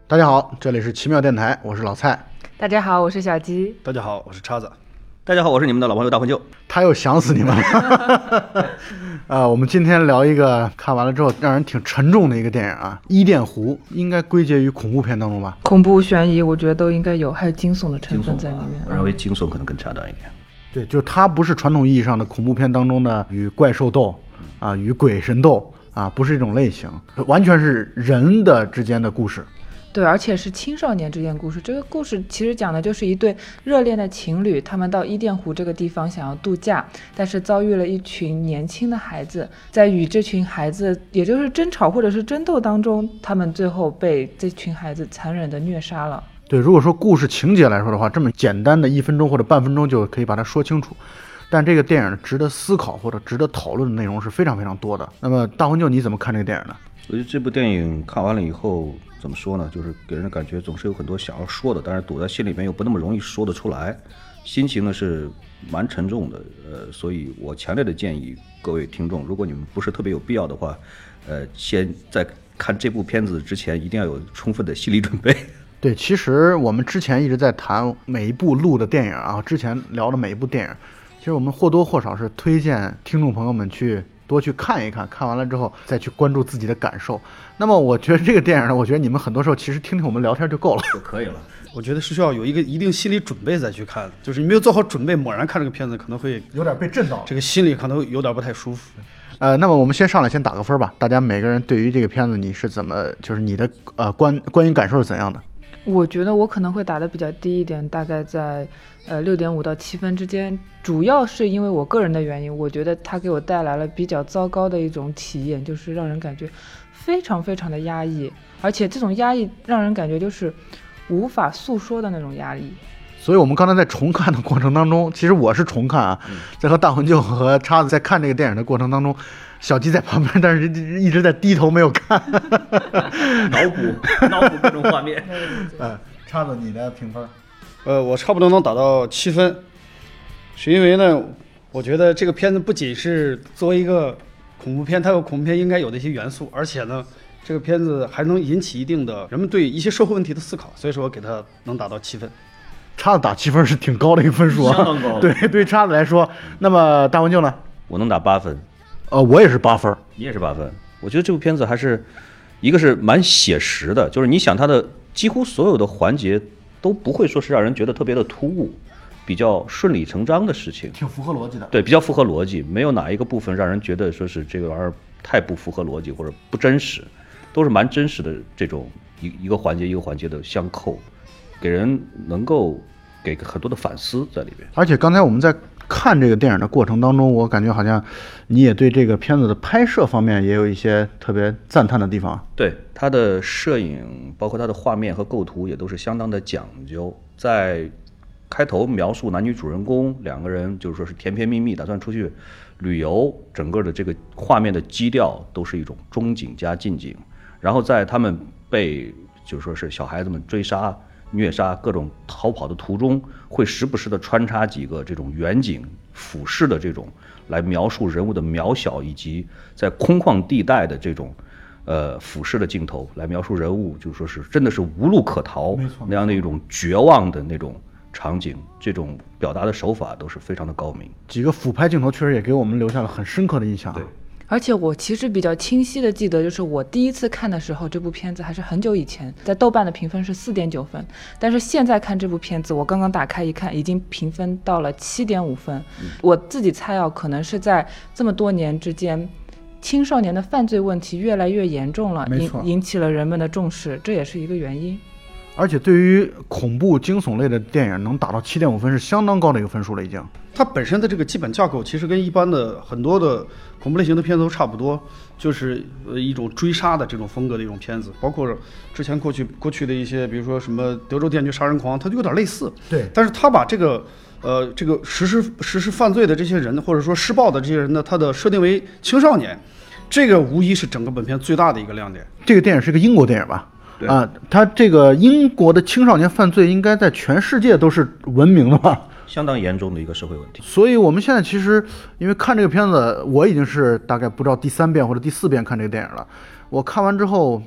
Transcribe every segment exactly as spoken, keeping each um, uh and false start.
大家好，这里是奇妙电台，我是老蔡。 大家好，我是小鸡。 大家好，我是叉子。 大家好，我是你们的老朋友大魂舅。 他又想死你们了。呃，我们今天聊一个看完了之后让人挺沉重的一个电影啊，《伊甸湖》应该归结于恐怖片当中吧？ 恐怖、悬疑，我觉得都应该有，还有惊悚的成分在里面。 我认为惊悚可能更恰当一点。 对，就是它不是传统意义上的恐怖片当中的与怪兽斗啊，与鬼神斗啊，不是一种类型，完全是人的之间的故事。 对，而且是青少年之间的故事。这个故事其实讲的就是一对热恋的情侣，他们到伊甸湖这个地方想要度假，但是遭遇了一群年轻的孩子，在与这群孩子也就是争吵或者是争斗当中，他们最后被这群孩子残忍的虐杀了。 对，如果说故事情节来说的话，这么简单的一分钟或者半分钟就可以把它说清楚，但这个电影值得思考或者值得讨论的内容是非常非常多的。那么大魂舅你怎么看这个电影呢？ 我觉得这部电影看完了以后怎么说呢，就是给人的感觉总是有很多想要说的，但是堵在心里面又不那么容易说得出来，心情呢是蛮沉重的。呃，所以我强烈的建议各位听众，如果你们不是特别有必要的话，呃，先在看这部片子之前一定要有充分的心理准备。 对，其实我们之前一直在谈每一部录的电影啊，之前聊的每一部电影，其实我们或多或少是推荐听众朋友们去多去看一看，看完了之后再去关注自己的感受。那么我觉得这个电影呢，我觉得你们很多时候其实听听我们聊天就够了， 就可以了。 我觉得是需要有一个一定心理准备再去看，就是你没有做好准备，猛然看这个片子可能会有点被震到， 这个心里可能有点不太舒服。 呃，那么我们先上来先打个分吧，大家每个人对于这个片子你是怎么，就是你的呃观观影感受是怎样的？ 我觉得我可能会打得比较低一点，大概在呃六点五到七分之间，主要是因为我个人的原因，我觉得它给我带来了比较糟糕的一种体验，就是让人感觉非常非常的压抑，而且这种压抑让人感觉就是无法诉说的那种压抑。 所以我们刚才在重看的过程当中，其实我是重看啊，在和大魂舅和叉子在看这个电影的过程当中，小鸡在旁边，但是一直在低头没有看， 脑补脑补各种画面。 呃，叉子你的评分？ 呃，我差不多能打到七分，是因为呢，我觉得这个片子不仅是作为一个恐怖片，它有恐怖片应该有的一些元素，而且呢，这个片子还能引起一定的人们对一些社会问题的思考，所以说我给它能打到七分。 叉子打七分是挺高的一个分数啊， 相当高。 对，对于叉子来说，那么大魂舅呢？ 我能打八分。 呃，我也是八分。 你也是八分。我觉得这部片子还是一个是蛮写实的，就是你想它的几乎所有的环节都不会说是让人觉得特别的突兀，比较顺理成章的事情， 挺符合逻辑的。 对，比较符合逻辑，没有哪一个部分让人觉得说是这个玩意儿太不符合逻辑或者不真实，都是蛮真实的这种一一个环节一个环节的相扣，给人能够给很多的反思在里边。 而且刚才我们在看这个电影的过程当中，我感觉好像你也对这个片子的拍摄方面也有一些特别赞叹的地方。 对，它的摄影包括它的画面和构图也都是相当的讲究。在开头描述男女主人公两个人就是说是甜甜蜜蜜打算出去旅游，整个的这个画面的基调都是一种中景加近景，然后在他们被就是说是小孩子们追杀虐杀各种逃跑的途中，会时不时的穿插几个这种远景俯视的这种来描述人物的渺小，以及在空旷地带的这种呃俯视的镜头来描述人物就是说是真的是无路可逃那样的一种绝望的那种场景，这种表达的手法都是非常的高明。 几个俯拍镜头确实也给我们留下了很深刻的印象。 对， 而且我其实比较清晰的记得，就是我第一次看的时候，这部片子还是很久以前，在豆瓣的评分是四点九分，但是现在看这部片子，我刚刚打开一看，已经评分到了七点五分。嗯、我自己猜啊，可能是在这么多年之间，青少年的犯罪问题越来越严重了，引引起了人们的重视，这也是一个原因。 而且对于恐怖惊悚类的电影能打到七点五分是相当高的一个分数了已经。 它本身的这个基本架构其实跟一般的很多的恐怖类型的片子都差不多，就是呃一种追杀的这种风格的一种片子，包括之前过去过去的一些，比如说什么德州电锯杀人狂，它就有点类似。 对， 但是他把这个呃这个实施实施犯罪的这些人，或者说施暴的这些人呢，他的设定为青少年，这个无疑是整个本片最大的一个亮点。 这个电影是个英国电影吧？啊，他这个英国的青少年犯罪应该在全世界都是闻名的吧？ 相当严重的一个社会问题。 所以我们现在其实因为看这个片子，我已经是大概不知道第三遍或者第四遍看这个电影了。我看完之后，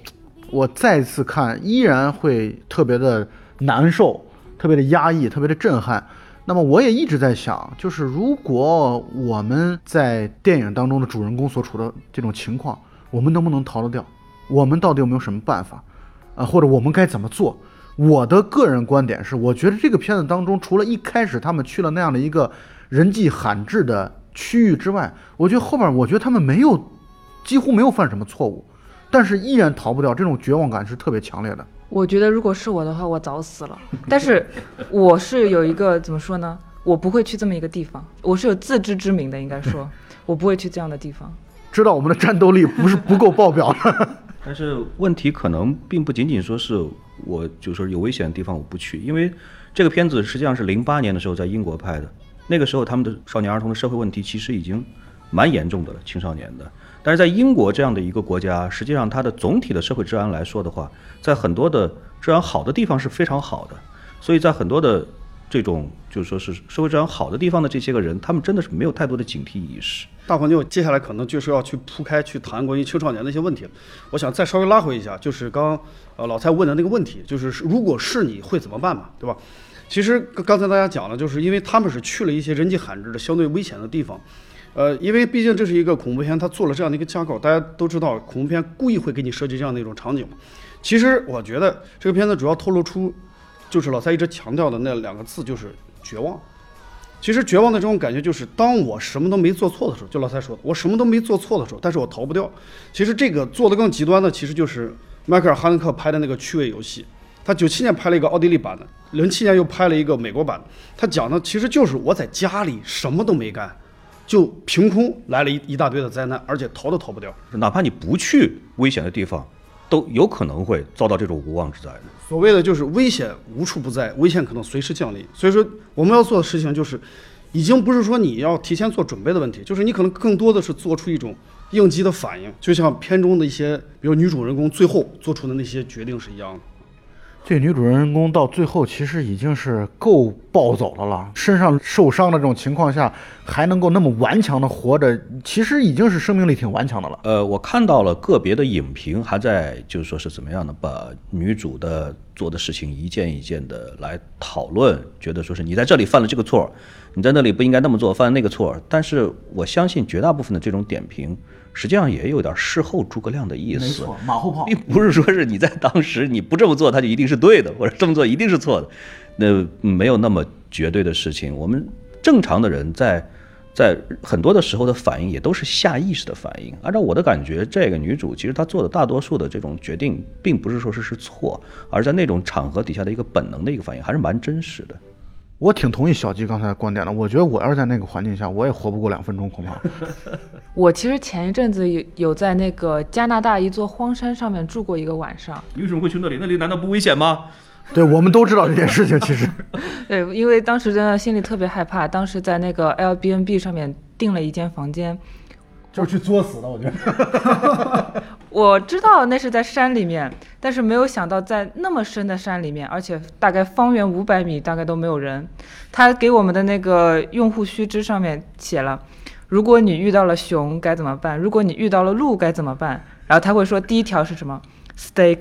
我再次看依然会特别的难受，特别的压抑，特别的震撼。那么我也一直在想，就是如果我们在电影当中的主人公所处的这种情况，我们能不能逃得掉？我们到底有没有什么办法啊？或者我们该怎么做？我的个人观点是，我觉得这个片子当中，除了一开始他们去了那样的一个人迹罕至的区域之外，我觉得后边我觉得他们没有几乎没有犯什么错误，但是依然逃不掉，这种绝望感是特别强烈的。 我觉得如果是我的话，我早死了。但是我是有一个怎么说呢？我不会去这么一个地方，我是有自知之明的，应该说，我不会去这样的地方。 知道我们的战斗力不是不够爆表的。 但是问题可能并不仅仅说是我就说有危险的地方我不去，因为这个片子实际上是零八年的时候在英国拍的，那个时候他们的少年儿童的社会问题其实已经蛮严重的了，青少年的。但是在英国这样的一个国家，实际上它的总体的社会治安来说的话，在很多的治安好的地方是非常好的，所以在很多的这种就是说是社会治安好的地方的这些个人，他们真的是没有太多的警惕意识。 大环境接下来可能就是要去铺开去谈关于青少年的一些问题了。我想再稍微拉回一下，就是刚刚呃老蔡问的那个问题，就是如果是你会怎么办嘛，对吧？其实刚才大家讲了，就是因为他们是去了一些人迹罕至的相对危险的地方。呃，因为毕竟这是一个恐怖片，它做了这样的一个架构，大家都知道恐怖片故意会给你设计这样的一种场景。其实我觉得这个片子主要透露出，就是老蔡一直强调的那两个字，就是绝望。其实绝望的这种感觉就是，当我什么都没做错的时候，就老蔡说的，我什么都没做错的时候，但是我逃不掉。其实这个做的更极端的，其实就是迈克尔·哈林克拍的那个趣味游戏。他九七年拍了一个奥地利版的，零七年又拍了一个美国版的。他讲的其实就是我在家里什么都没干，就凭空来了一一大堆的灾难，而且逃都逃不掉。 哪怕你不去危险的地方，都有可能会遭到这种无妄之灾的。 所谓的就是危险无处不在，危险可能随时降临。所以说我们要做的事情就是，已经不是说你要提前做准备的问题，就是你可能更多的是做出一种应激的反应，就像片中的一些，比如女主人公最后做出的那些决定是一样的。 这女主人公到最后其实已经是够暴走的了，身上受伤的这种情况下还能够那么顽强的活着，其实已经是生命力挺顽强的了。 呃，我看到了个别的影评还在就是说是怎么样的把女主的做的事情一件一件的来讨论，觉得说是你在这里犯了这个错，你在那里不应该那么做，犯了那个错。但是我相信绝大部分的这种点评实际上也有点事后诸葛亮的意思， 没错，马后炮， 并不是说是你在当时你不这么做，它就一定是对的，或者这么做一定是错的，那没有那么绝对的事情。我们正常的人在在很多的时候的反应也都是下意识的反应。按照我的感觉，这个女主其实她做的大多数的这种决定，并不是说是是错，而在那种场合底下的一个本能的一个反应，还是蛮真实的。 我挺同意小鸡刚才的观点的，我觉得我要是在那个环境下，我也活不过两分钟，恐怕。 我其实前一阵子有有在那个加拿大一座荒山上面住过一个晚上。 你为什么会去那里？那里难道不危险吗？ 对，我们都知道这件事情，其实。 对，因为当时真的心里特别害怕，当时在那个 Airbnb 上面订了一间房间， 就是去作死的，我觉得。 我知道那是在山里面，但是没有想到在那么深的山里面，而且大概方圆五百米大概都没有人。他给我们的那个用户须知上面写了，如果你遇到了熊该怎么办？如果你遇到了鹿该怎么办？然后他会说第一条是什么 ？Stay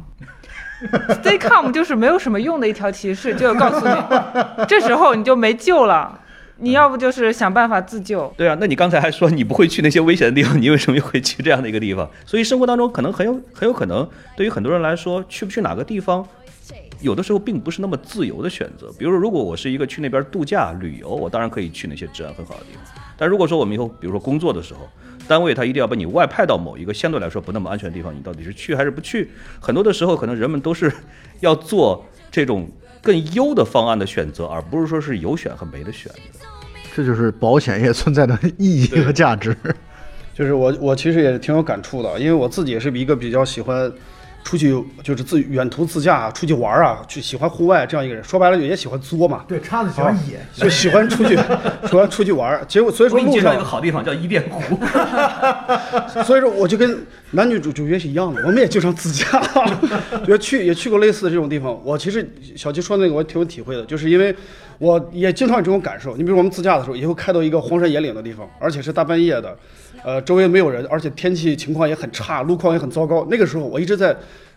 calm。Stay calm 就是没有什么用的一条提示，就告诉你，这时候你就没救了。你要不就是想办法自救。 对啊，那你刚才还说你不会去那些危险的地方，你为什么又会去这样的一个地方？所以生活当中可能很有很有可能，对于很多人来说，去不去哪个地方，有的时候并不是那么自由的选择。比如说，如果我是一个去那边度假旅游，我当然可以去那些治安很好的地方。但如果说我们以后，比如说工作的时候，单位它一定要把你外派到某一个相对来说不那么安全的地方，你到底是去还是不去？很多的时候，可能人们都是要做这种更优的方案的选择，而不是说是有选和没得选的。 这就是保险业存在的意义和价值。 就是我我其实也挺有感触的，因为我自己也是一个比较喜欢出去就是自远途自驾出去玩啊，去喜欢户外这样一个人。说白了也喜欢作嘛， 对，叉子喜欢野， 就喜欢出去喜欢出去玩。结果所以说路上一个好地方叫伊甸湖。 所以说我就跟男女主主角是一样的，我们也经常自驾，也去也去过类似的这种地方。我其实小七说那个我挺有体会的，就是因为我也经常有这种感受。你比如我们自驾的时候，也会开到一个荒山野岭的地方，而且是大半夜的，呃，周围没有人，而且天气情况也很差，路况也很糟糕。那个时候我一直在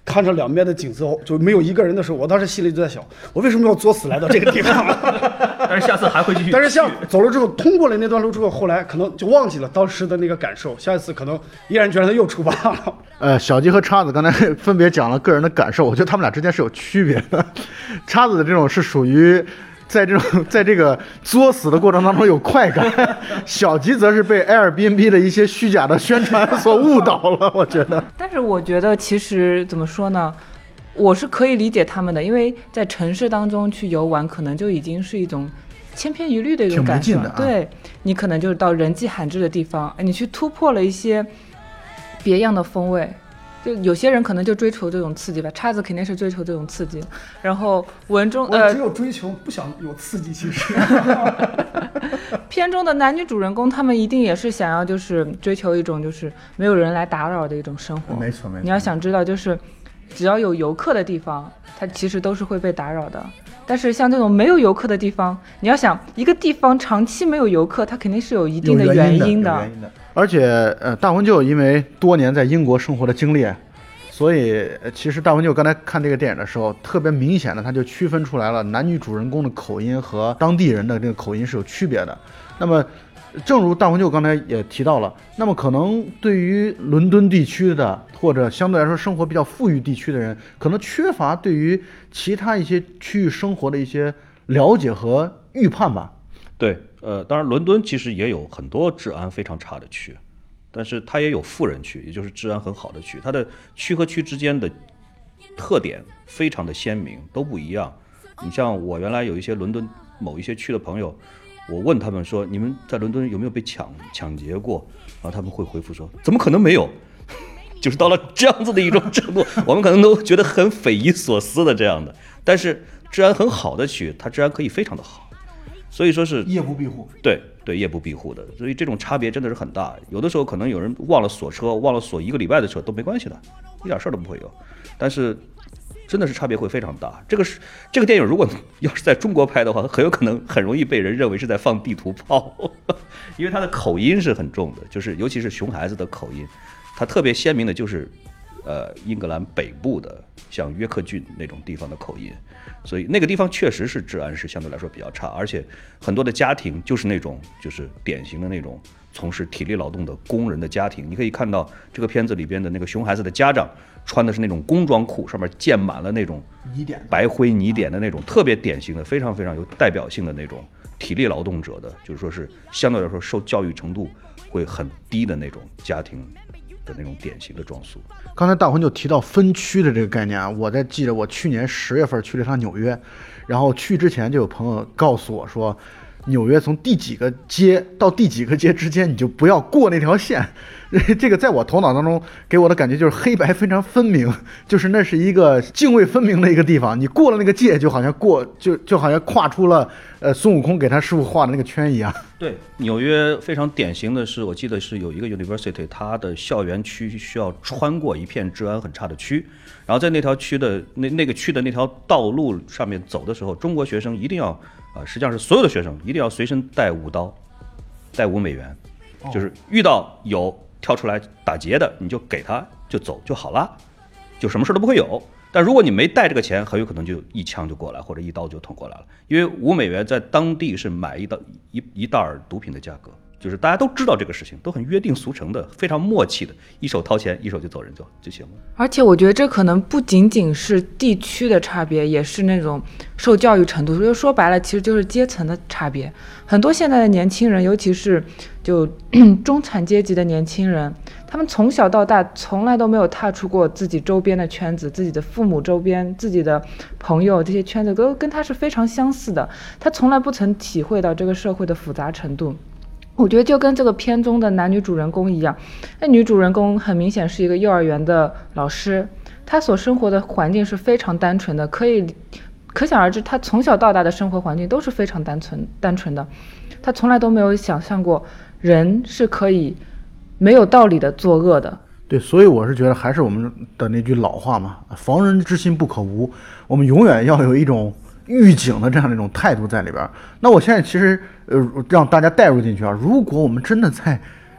看着两边的景色就没有一个人的时候，我当时心里就在想，我为什么要作死来到这个地方？ 但是下次还会继续。 但是像走了之后，通过了那段路之后，后来可能就忘记了当时的那个感受，下一次可能毅然决然的又出发了。 呃，小鸡和叉子刚才分别讲了个人的感受，我觉得他们俩之间是有区别的。叉子的这种是属于在这种在这个作死的过程当中有快感，小吉则是被 Airbnb 的一些虚假的宣传所误导了，我觉得。 但是我觉得其实怎么说呢，我是可以理解他们的，因为在城市当中去游玩，可能就已经是一种千篇一律的一种感受。 啊、 对，你可能就是到人迹罕至的地方，你去突破了一些别样的风味。就有些人可能就追求这种刺激吧，叉子肯定是追求这种刺激，然后文中我只有追求、呃、不想有刺激，其实片中的男女主人公他们一定也是想要就是追求一种就是没有人来打扰的一种生活。 没错没错， 你要想知道就是只要有游客的地方它其实都是会被打扰的，但是像这种没有游客的地方，你要想一个地方长期没有游客，它肯定是有一定的原因的。 而且，呃，大文就因为多年在英国生活的经历，所以其实大文就刚才看这个电影的时候，特别明显的他就区分出来了男女主人公的口音和当地人的这个口音是有区别的。那么，正如大文就刚才也提到了，那么可能对于伦敦地区的或者相对来说生活比较富裕地区的人，可能缺乏对于其他一些区域生活的一些了解和预判吧。 对，呃，当然伦敦其实也有很多治安非常差的区，但是它也有富人区，也就是治安很好的区，它的区和区之间的特点非常的鲜明，都不一样。你像我原来有一些伦敦某一些区的朋友，我问他们说，你们在伦敦有没有被抢抢劫过？然后他们会回复说，怎么可能没有？就是到了这样子的一种程度，我们可能都觉得很匪夷所思的这样的。但是治安很好的区，它治安可以非常的好。所以说是夜不闭户， 对对，夜不闭户的，所以这种差别真的是很大。有的时候可能有人忘了锁车，忘了锁一个礼拜的车都没关系的，一点事儿都不会有。但是真的是差别会非常大。这个是这个电影如果要是在中国拍的话，很有可能很容易被人认为是在放地图炮，因为它的口音是很重的，就是尤其是熊孩子的口音，它特别鲜明的就是呃英格兰北部的像约克郡那种地方的口音。所以那个地方确实是治安是相对来说比较差，而且很多的家庭就是那种就是典型的那种从事体力劳动的工人的家庭。你可以看到这个片子里边的那个熊孩子的家长穿的是那种工装裤，上面溅满了那种泥点白灰泥点的那种特别典型的非常非常有代表性的那种体力劳动者的，就是说是相对来说受教育程度会很低的那种家庭的那种典型的装束。 刚才大魂就提到分区的这个概念啊，我在记着我去年十月份去了趟纽约，然后去之前就有朋友告诉我说，纽约从第几个街到第几个街之间你就不要过那条线。这个在我头脑当中给我的感觉就是黑白非常分明，就是那是一个泾渭分明的一个地方，你过了那个界就好像过就就好像跨出了呃孙悟空给他师傅画的那个圈一样。 对，纽约非常典型的是，我记得是有一个 university， 它的校园区需要穿过一片治安很差的区，然后在那条区的那那个区的那条道路上面走的时候，中国学生一定要啊、呃，实际上是所有的学生一定要随身带五刀，带五美元，就是遇到有跳出来打劫的，你就给他就走就好了，就什么事都不会有。但如果你没带这个钱，很有可能就一枪就过来，或者一刀就捅过来了。因为五美元在当地是买一袋一一袋毒品的价格，就是大家都知道这个事情，都很约定俗成的，非常默契的，一手掏钱，一手就走人就就行了。 而且我觉得这可能不仅仅是地区的差别，也是那种受教育程度，所以说白了，其实就是阶层的差别。很多现在的年轻人，尤其是就中产阶级的年轻人，他们从小到大从来都没有踏出过自己周边的圈子，自己的父母周边、自己的朋友这些圈子都跟他是非常相似的，他从来不曾体会到这个社会的复杂程度。我觉得就跟这个片中的男女主人公一样，那女主人公很明显是一个幼儿园的老师，她所生活的环境是非常单纯的，可以可想而知，她从小到大的生活环境都是非常单纯单纯的，她从来都没有想象过人是可以没有道理的作恶的。 对，所以我是觉得还是我们的那句老话嘛，防人之心不可无，我们永远要有一种预警的这样的一种态度在里边。那我现在其实呃让大家带入进去啊，如果我们真的在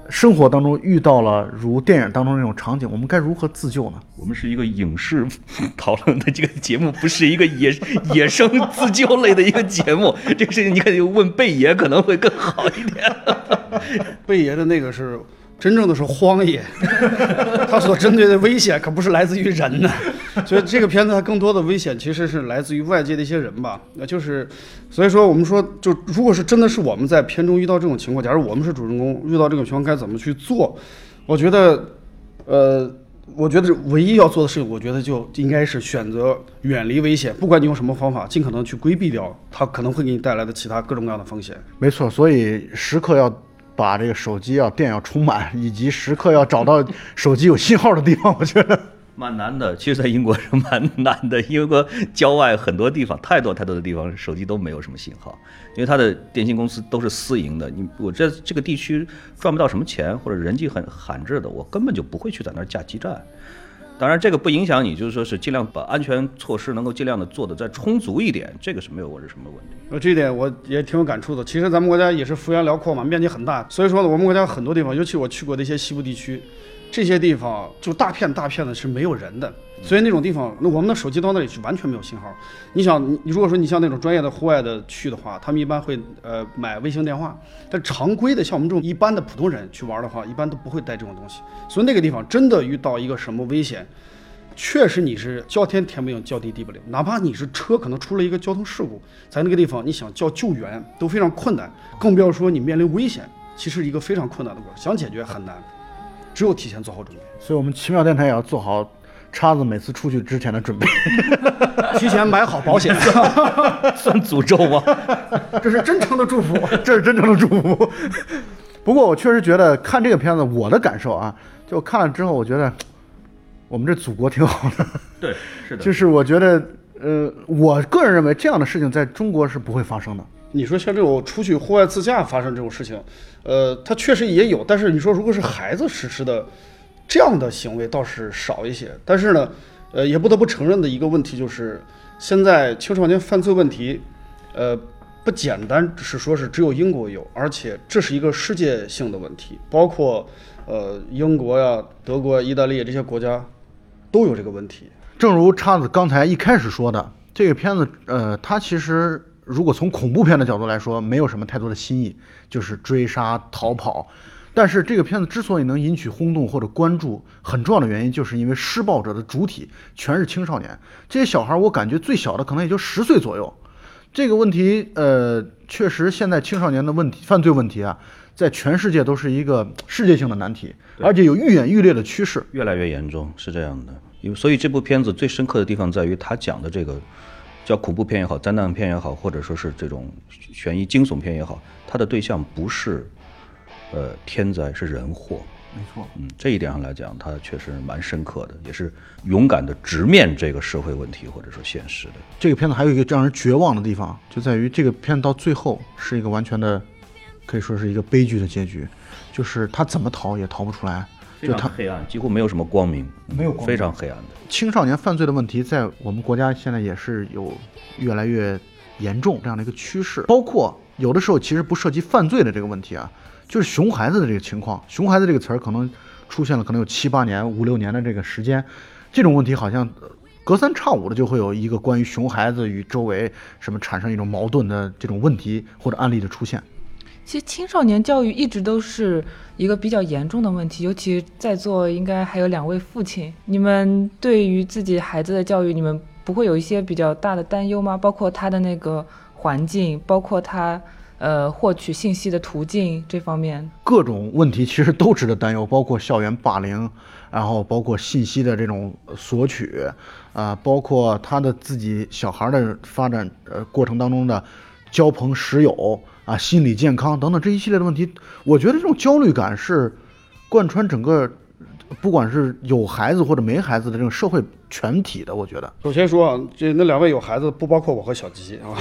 生活当中遇到了如电影当中那种场景，我们该如何自救呢？ 我们是一个影视讨论的这个节目，不是一个野野生自救类的一个节目。这个事情你可以问贝爷可能会更好一点。 贝爷的那个是真正的是荒野，他所针对的危险可不是来自于人呢。所以这个片子它更多的危险其实是来自于外界的一些人吧。那就是所以说我们说，就如果是真的是我们在片中遇到这种情况，假如我们是主人公遇到这种情况该怎么去做，我觉得呃我觉得唯一要做的事情，我觉得就应该是选择远离危险，不管你用什么方法，尽可能去规避掉它可能会给你带来的其他各种各样的风险。 没错，所以时刻要把这个手机要电要充满，以及时刻要找到手机有信号的地方，我觉得蛮难的。其实在英国是蛮难的，因为郊外很多地方，太多太多的地方手机都没有什么信号，因为它的电信公司都是私营的。你我在这个地区赚不到什么钱，或者人迹很罕至的，我根本就不会去在那儿架基站。当然这个不影响你，就是说是尽量把安全措施能够尽量的做的再充足一点，这个是没有什么问题。 呃，这一点我也挺有感触的。其实咱们国家也是幅员辽阔嘛，面积很大，所以说呢，我们国家很多地方，尤其我去过的一些西部地区，这些地方就大片大片的是没有人的，所以那种地方，那我们的手机到那里去完全没有信号。你想，你如果说你像那种专业的户外的去的话，他们一般会呃买卫星电话，但常规的像我们这种一般的普通人去玩的话，一般都不会带这种东西。所以那个地方真的遇到一个什么危险，确实你是叫天天不应，叫地地不灵，哪怕你是车可能出了一个交通事故，在那个地方你想叫救援都非常困难，更不要说你面临危险，其实一个非常困难的过程，想解决很难，只有提前做好准备。 所以我们奇妙电台也要做好叉子每次出去之前的准备， 提前买好保险。 算诅咒吗？ 这是真诚的祝福， 这是真正的祝福。不过我确实觉得看这个片子，我的感受啊，就看了之后，我觉得我们这祖国挺好的。 对，是的。 就是我觉得，呃，我个人认为这样的事情在中国是不会发生的。 你说像这种出去户外自驾发生这种事情，呃，它确实也有，但是你说如果是孩子实施的这样的行为倒是少一些。但是呢，呃，也不得不承认的一个问题就是，现在青少年犯罪问题，呃，不简单只是说是只有英国有，而且这是一个世界性的问题，包括呃英国呀、德国、意大利这些国家都有这个问题。 正如叉子刚才一开始说的，这个片子，呃，它其实如果从恐怖片的角度来说，没有什么太多的新意，就是追杀、逃跑。但是这个片子之所以能引起轰动或者关注，很重要的原因就是因为施暴者的主体全是青少年。这些小孩，我感觉最小的可能也就十岁左右。这个问题，呃，确实现在青少年的问题、犯罪问题啊，在全世界都是一个世界性的难题，而且有愈演愈烈的趋势， 越来越严重，是这样的。因为所以这部片子最深刻的地方在于，他讲的这个叫恐怖片也好，灾难片也好，或者说是这种悬疑惊悚片也好，它的对象不是呃天灾，是人祸。 没错， 嗯，这一点上来讲，它确实蛮深刻的，也是勇敢的直面这个社会问题或者说现实的。 这个片子还有一个让人绝望的地方，就在于这个片到最后是一个完全的，可以说是一个悲剧的结局，就是他怎么逃也逃不出来， 就他黑暗，几乎没有什么光明， 没有光明， 非常黑暗的。 青少年犯罪的问题在我们国家现在也是有越来越严重这样的一个趋势，包括有的时候其实不涉及犯罪的这个问题啊，就是熊孩子的这个情况。熊孩子这个词儿可能出现了可能有七八年、五六年的这个时间，这种问题好像隔三差五的就会有一个关于熊孩子与周围什么产生一种矛盾的这种问题或者案例的出现。 其实青少年教育一直都是一个比较严重的问题，尤其在座应该还有两位父亲，你们对于自己孩子的教育，你们不会有一些比较大的担忧吗？包括他的那个环境，包括他呃获取信息的途径这方面， 各种问题其实都值得担忧，包括校园霸凌，然后包括信息的这种索取，啊、呃，包括他的自己小孩的发展呃过程当中的交朋识友啊、心理健康等等这一系列的问题，我觉得这种焦虑感是贯穿整个，不管是有孩子或者没孩子的这种社会全体的。我觉得， 首先说啊，这那两位有孩子不包括我和小吉啊。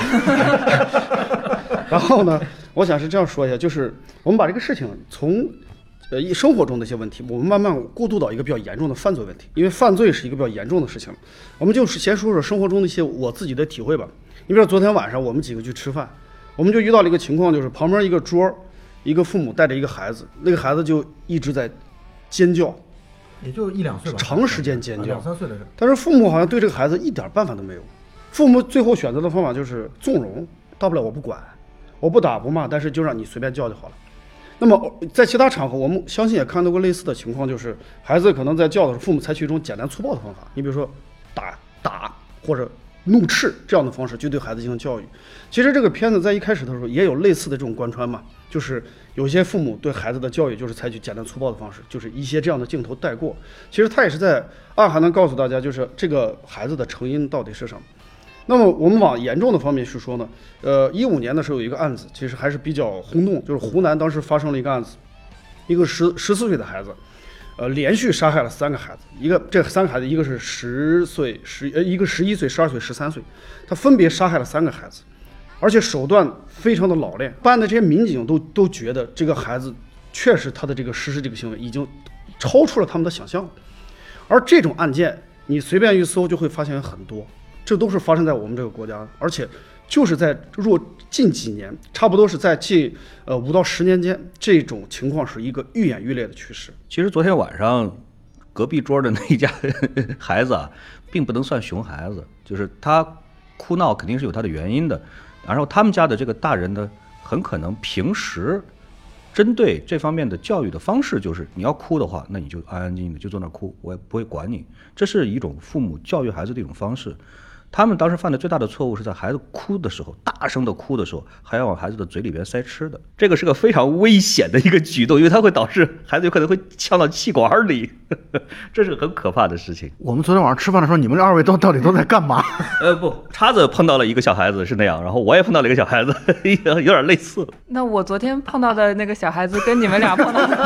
然后呢，我想是这样说一下，就是我们把这个事情从呃一生活中的一些问题，我们慢慢过渡到一个比较严重的犯罪问题，因为犯罪是一个比较严重的事情。我们就是先说说生活中的一些我自己的体会吧。你比如说昨天晚上我们几个去吃饭，我们就遇到了一个情况，就是旁边一个桌， 一个父母带着一个孩子，那个孩子就一直在尖叫， 也就一两岁吧， 长时间尖叫， 两三岁的人。 但是父母好像对这个孩子一点办法都没有，父母最后选择的方法就是纵容，大不了我不管，我不打不骂，但是就让你随便叫就好了。那么在其他场合，我们相信也看到过类似的情况，就是孩子可能在叫的时候，父母采取一种简单粗暴的方法，你比如说打打或者怒斥这样的方式，就对孩子进行教育。其实这个片子在一开始的时候也有类似的这种贯穿嘛，就是有些父母对孩子的教育就是采取简单粗暴的方式，就是一些这样的镜头带过。其实他也是在暗含的告诉大家，就是这个孩子的成因到底是什么。那么我们往严重的方面去说呢，呃，一五年的时候有一个案子，其实还是比较轰动，就是湖南当时发生了一个案子，一个十十四岁的孩子，呃，连续杀害了三个孩子，一个这三个孩子，一个是十岁十呃，一个十一岁、十二岁、十三岁，他分别杀害了三个孩子，而且手段非常的老练，办案的这些民警都都觉得这个孩子确实他的这个实施这个行为已经超出了他们的想象，而这种案件你随便一搜就会发现很多。这都是发生在我们这个国家，而且就是在若近几年，差不多是在近呃五到十年间，这种情况是一个愈演愈烈的趋势。 其实昨天晚上隔壁桌的那一家孩子啊，并不能算熊孩子，就是他哭闹肯定是有他的原因的。然后他们家的这个大人呢，很可能平时针对这方面的教育的方式就是，你要哭的话，那你就安安静静的就坐那儿哭，我也不会管你。这是一种父母教育孩子的一种方式。他们当时犯的最大的错误是在孩子哭的时候，大声的哭的时候，还要往孩子的嘴里边塞吃的。这个是个非常危险的一个举动，因为它会导致孩子有可能会呛到气管里，呵呵，这是很可怕的事情。 我们昨天晚上吃饭的时候，你们二位都到底都在干嘛？ 呃，不，叉子碰到了一个小孩子是那样，然后我也碰到了一个小孩子，有点类似。 那我昨天碰到的那个小孩子跟你们俩碰到的，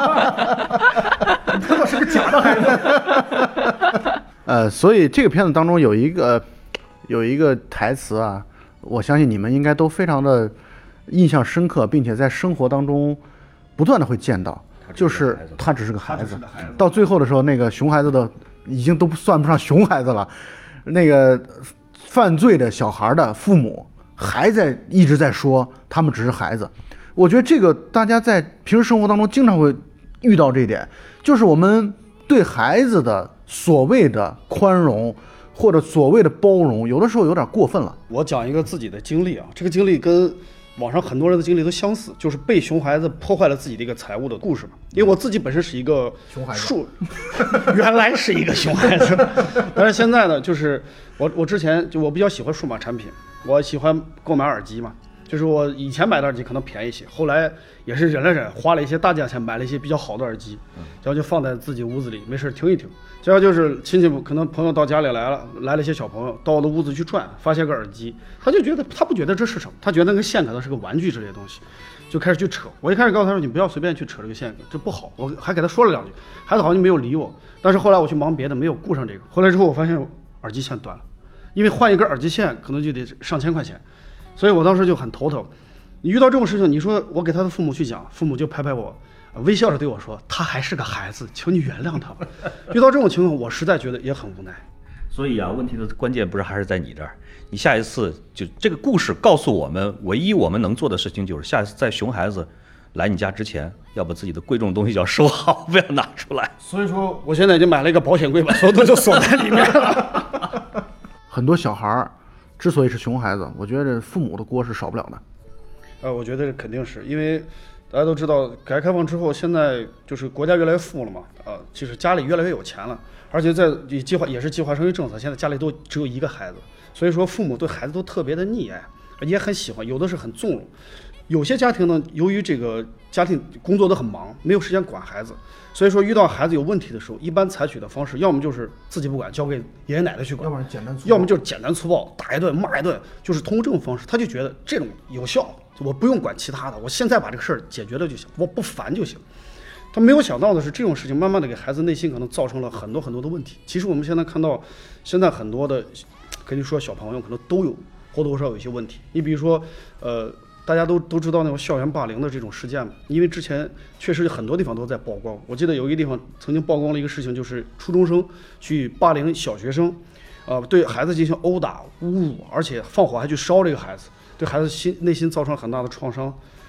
他妈是个假的孩子。呃，所以这个片子当中有一个有一个台词啊，我相信你们应该都非常的印象深刻，并且在生活当中不断的会见到，就是他只是个孩子，到最后的时候，那个熊孩子的已经都算不上熊孩子了，那个犯罪的小孩的父母还在一直在说他们只是孩子。我觉得这个大家在平时生活当中经常会遇到这一点，就是我们对孩子的所谓的宽容或者所谓的包容，有的时候有点过分了。 我讲一个自己的经历啊，这个经历跟网上很多人的经历都相似，就是被熊孩子破坏了自己的一个财务的故事嘛。因为我自己本身是一个熊孩子， 数原来是一个熊孩子，但是现在呢，就是我我之前就我比较喜欢数码产品，我喜欢购买耳机嘛。就是我以前买的耳机可能便宜些，后来也是忍了忍，花了一些大价钱买了一些比较好的耳机，然后就放在自己屋子里，没事听一听。这样就是亲戚可能朋友到家里来了，来了一些小朋友到我的屋子去转，发现个耳机，他就觉得他不觉得这是什么，他觉得那个线可能是个玩具之类的东西，就开始去扯。我一开始告诉他说你不要随便去扯这个线，这不好，我还给他说了两句，孩子好像没有理我。但是后来我去忙别的，没有顾上这个。后来之后我发现耳机线断了，因为换一根耳机线可能就得上千块钱。所以我当时就很头疼。你遇到这种事情，你说我给他的父母去讲，父母就拍拍我，微笑着对我说：“他还是个孩子，求你原谅他吧。”遇到这种情况，我实在觉得也很无奈。 所以啊，问题的关键不是还是在你这儿。你下一次就这个故事告诉我们，唯一我们能做的事情就是下一次在熊孩子来你家之前，要把自己的贵重的东西要收好，不要拿出来。 所以说，我现在已经买了一个保险柜，把所有东西锁在里面了。 很多小孩儿之所以是熊孩子，我觉得父母的锅是少不了的。 呃，我觉得肯定是因为大家都知道，改革开放之后，现在就是国家越来越富了嘛，呃，就是家里越来越有钱了，而且在计划也是计划生育政策，现在家里都只有一个孩子，所以说父母对孩子都特别的溺爱，也很喜欢，有的是很纵容。有些家庭呢，由于这个家庭工作都很忙，没有时间管孩子，所以说遇到孩子有问题的时候，一般采取的方式，要么就是自己不管，交给爷爷奶奶去管， 要么简单粗暴， 要么就是简单粗暴，打一顿骂一顿，就是通过这种方式，他就觉得这种有效，我不用管其他的，我现在把这个事儿解决了就行，我不烦就行。他没有想到的是，这种事情慢慢的给孩子内心可能造成了很多很多的问题。其实我们现在看到，现在很多的跟你说小朋友可能都有或多或少有一些问题。你比如说，呃。大家都都知道那种校园霸凌的这种事件嘛，因为之前确实很多地方都在曝光。我记得有一个地方曾经曝光了一个事情，就是初中生去霸凌小学生，呃，对孩子进行殴打、侮辱，而且放火还去烧这个孩子，对孩子心内心造成很大的创伤。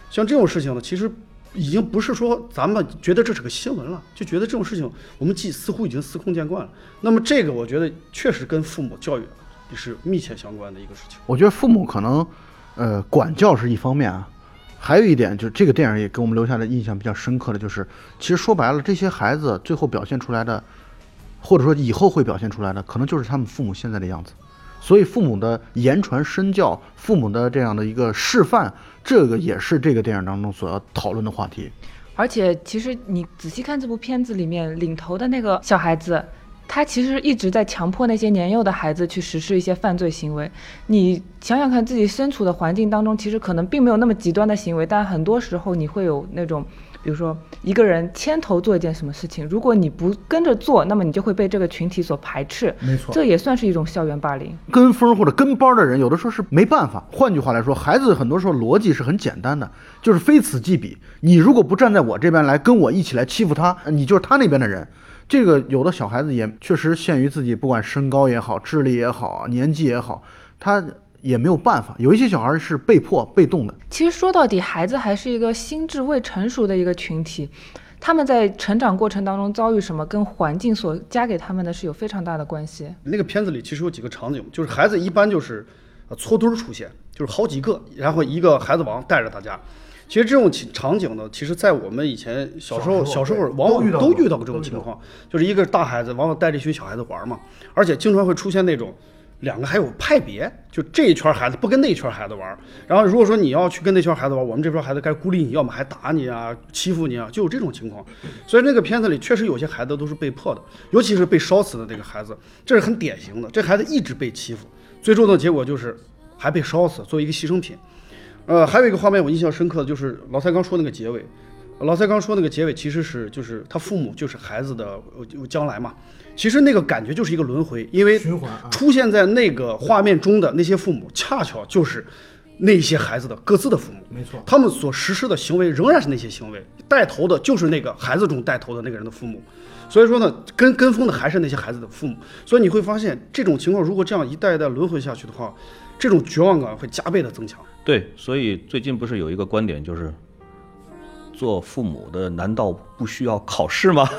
像这种事情呢，其实已经不是说咱们觉得这是个新闻了，就觉得这种事情我们既似乎已经司空见惯了。那么这个我觉得确实跟父母教育是密切相关的一个事情。 我觉得父母可能，呃，管教是一方面啊，还有一点就是这个电影也给我们留下的印象比较深刻的就是，其实说白了，这些孩子最后表现出来的，或者说以后会表现出来的，可能就是他们父母现在的样子。所以父母的言传身教，父母的这样的一个示范，这个也是这个电影当中所要讨论的话题。 而且其实你仔细看这部片子里面，领头的那个小孩子，他其实一直在强迫那些年幼的孩子去实施一些犯罪行为。你想想看，自己身处的环境当中，其实可能并没有那么极端的行为，但很多时候你会有那种，比如说一个人牵头做一件什么事情，如果你不跟着做，那么你就会被这个群体所排斥。 没错， 这也算是一种校园霸凌。 跟风或者跟班的人，有的时候是没办法。换句话来说，孩子很多时候逻辑是很简单的，就是非此即彼。你如果不站在我这边来，跟我一起来欺负他，你就是他那边的人。这个有的小孩子也确实限于自己，不管身高也好，智力也好，年纪也好，他也没有办法。有一些小孩是被迫被动的。 其实说到底，孩子还是一个心智未成熟的一个群体，他们在成长过程当中遭遇什么，跟环境所加给他们的是有非常大的关系。 那个片子里其实有几个场景，就是孩子一般就是呃搓堆出现，就是好几个，然后一个孩子王带着大家。其实这种场景呢，其实在我们以前小时候小时候往往都遇到过这种情况，就是一个大孩子往往带着一群小孩子玩嘛，而且经常会出现那种两个还有派别，就这一圈孩子不跟那一圈孩子玩，然后如果说你要去跟那圈孩子玩，我们这边孩子该孤立你，要么还打你啊，欺负你啊，就有这种情况。所以那个片子里确实有些孩子都是被迫的，尤其是被烧死的那个孩子，这是很典型的。这孩子一直被欺负，最终的结果就是还被烧死，作为一个牺牲品。呃，还有一个画面我印象深刻的就是老蔡刚说那个结尾，老蔡刚说那个结尾其实是就是他父母就是孩子的将来嘛，其实那个感觉就是一个轮回，因为出现在那个画面中的那些父母恰巧就是那些孩子的各自的父母， 没错， 他们所实施的行为仍然是那些行为，带头的就是那个孩子中带头的那个人的父母，所以说呢，跟跟风的还是那些孩子的父母。所以你会发现这种情况如果这样一代一代轮回下去的话，这种绝望感会加倍的增强。 对，所以最近不是有一个观点，就是做父母的难道不需要考试吗？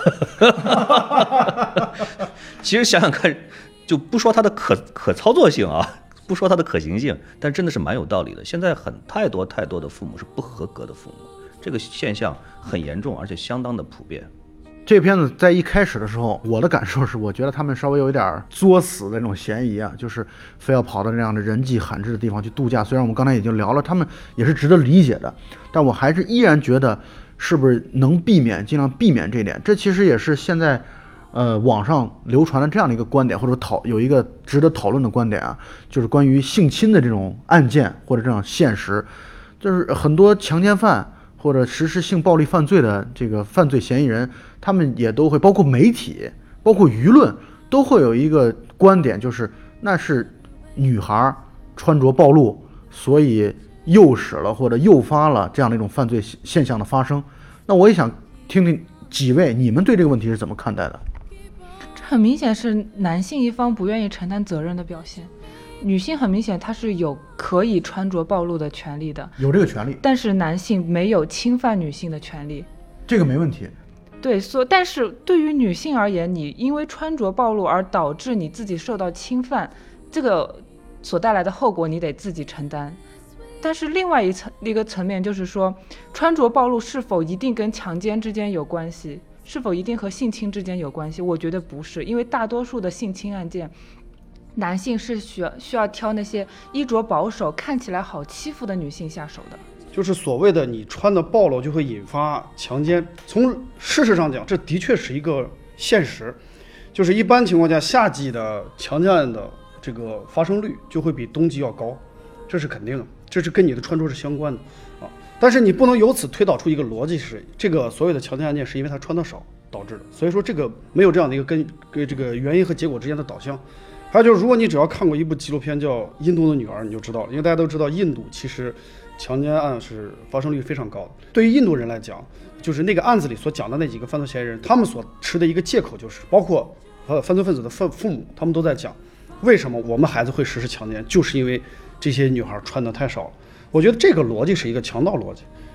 其实想想看，就不说它的可可操作性啊，不说它的可行性，但真的是蛮有道理的。现在很太多太多的父母是不合格的父母，这个现象很严重，而且相当的普遍。 这片子在一开始的时候，我的感受是，我觉得他们稍微有一点作死的那种嫌疑啊，就是非要跑到这样的人迹罕至的地方去度假。虽然我们刚才已经聊了，他们也是值得理解的，但我还是依然觉得，是不是能避免，尽量避免这一点。这其实也是现在，呃，网上流传的这样的一个观点，或者讨有一个值得讨论的观点啊，就是关于性侵的这种案件或者这样现实，就是很多强奸犯或者实施性暴力犯罪的这个犯罪嫌疑人，他们也都会，包括媒体，包括舆论，都会有一个观点，就是那是女孩穿着暴露，所以诱使了或者诱发了这样的一种犯罪现象的发生。那我也想听听几位你们对这个问题是怎么看待的？ 这很明显是男性一方不愿意承担责任的表现。女性很明显她是有可以穿着暴露的权利的， 有这个权利， 但是男性没有侵犯女性的权利， 这个没问题。 对，所但是对于女性而言，你因为穿着暴露而导致你自己受到侵犯，这个所带来的后果你得自己承担。但是另外一层一个层面就是说，穿着暴露是否一定跟强奸之间有关系，是否一定和性侵之间有关系？我觉得不是，因为大多数的性侵案件，男性是需要需要挑那些衣着保守、看起来好欺负的女性下手的。 就是所谓的你穿的暴露就会引发强奸，从事实上讲，这的确是一个现实。就是一般情况下，夏季的强奸案的这个发生率就会比冬季要高，这是肯定的，这是跟你的穿着是相关的啊。但是你不能由此推导出一个逻辑是，这个所有的强奸案件是因为他穿的少导致的，所以说这个没有这样的一个跟跟这个原因和结果之间的导向。还有就是，如果你只要看过一部纪录片叫《印度的女儿》，你就知道了，因为大家都知道印度其实强奸案是发生率非常高的。对于印度人来讲，就是那个案子里所讲的那几个犯罪嫌疑人，他们所持的一个借口就是，包括呃犯罪分子的父父母，他们都在讲，为什么我们孩子会实施强奸，就是因为这些女孩穿的太少了。我觉得这个逻辑是一个强盗逻辑，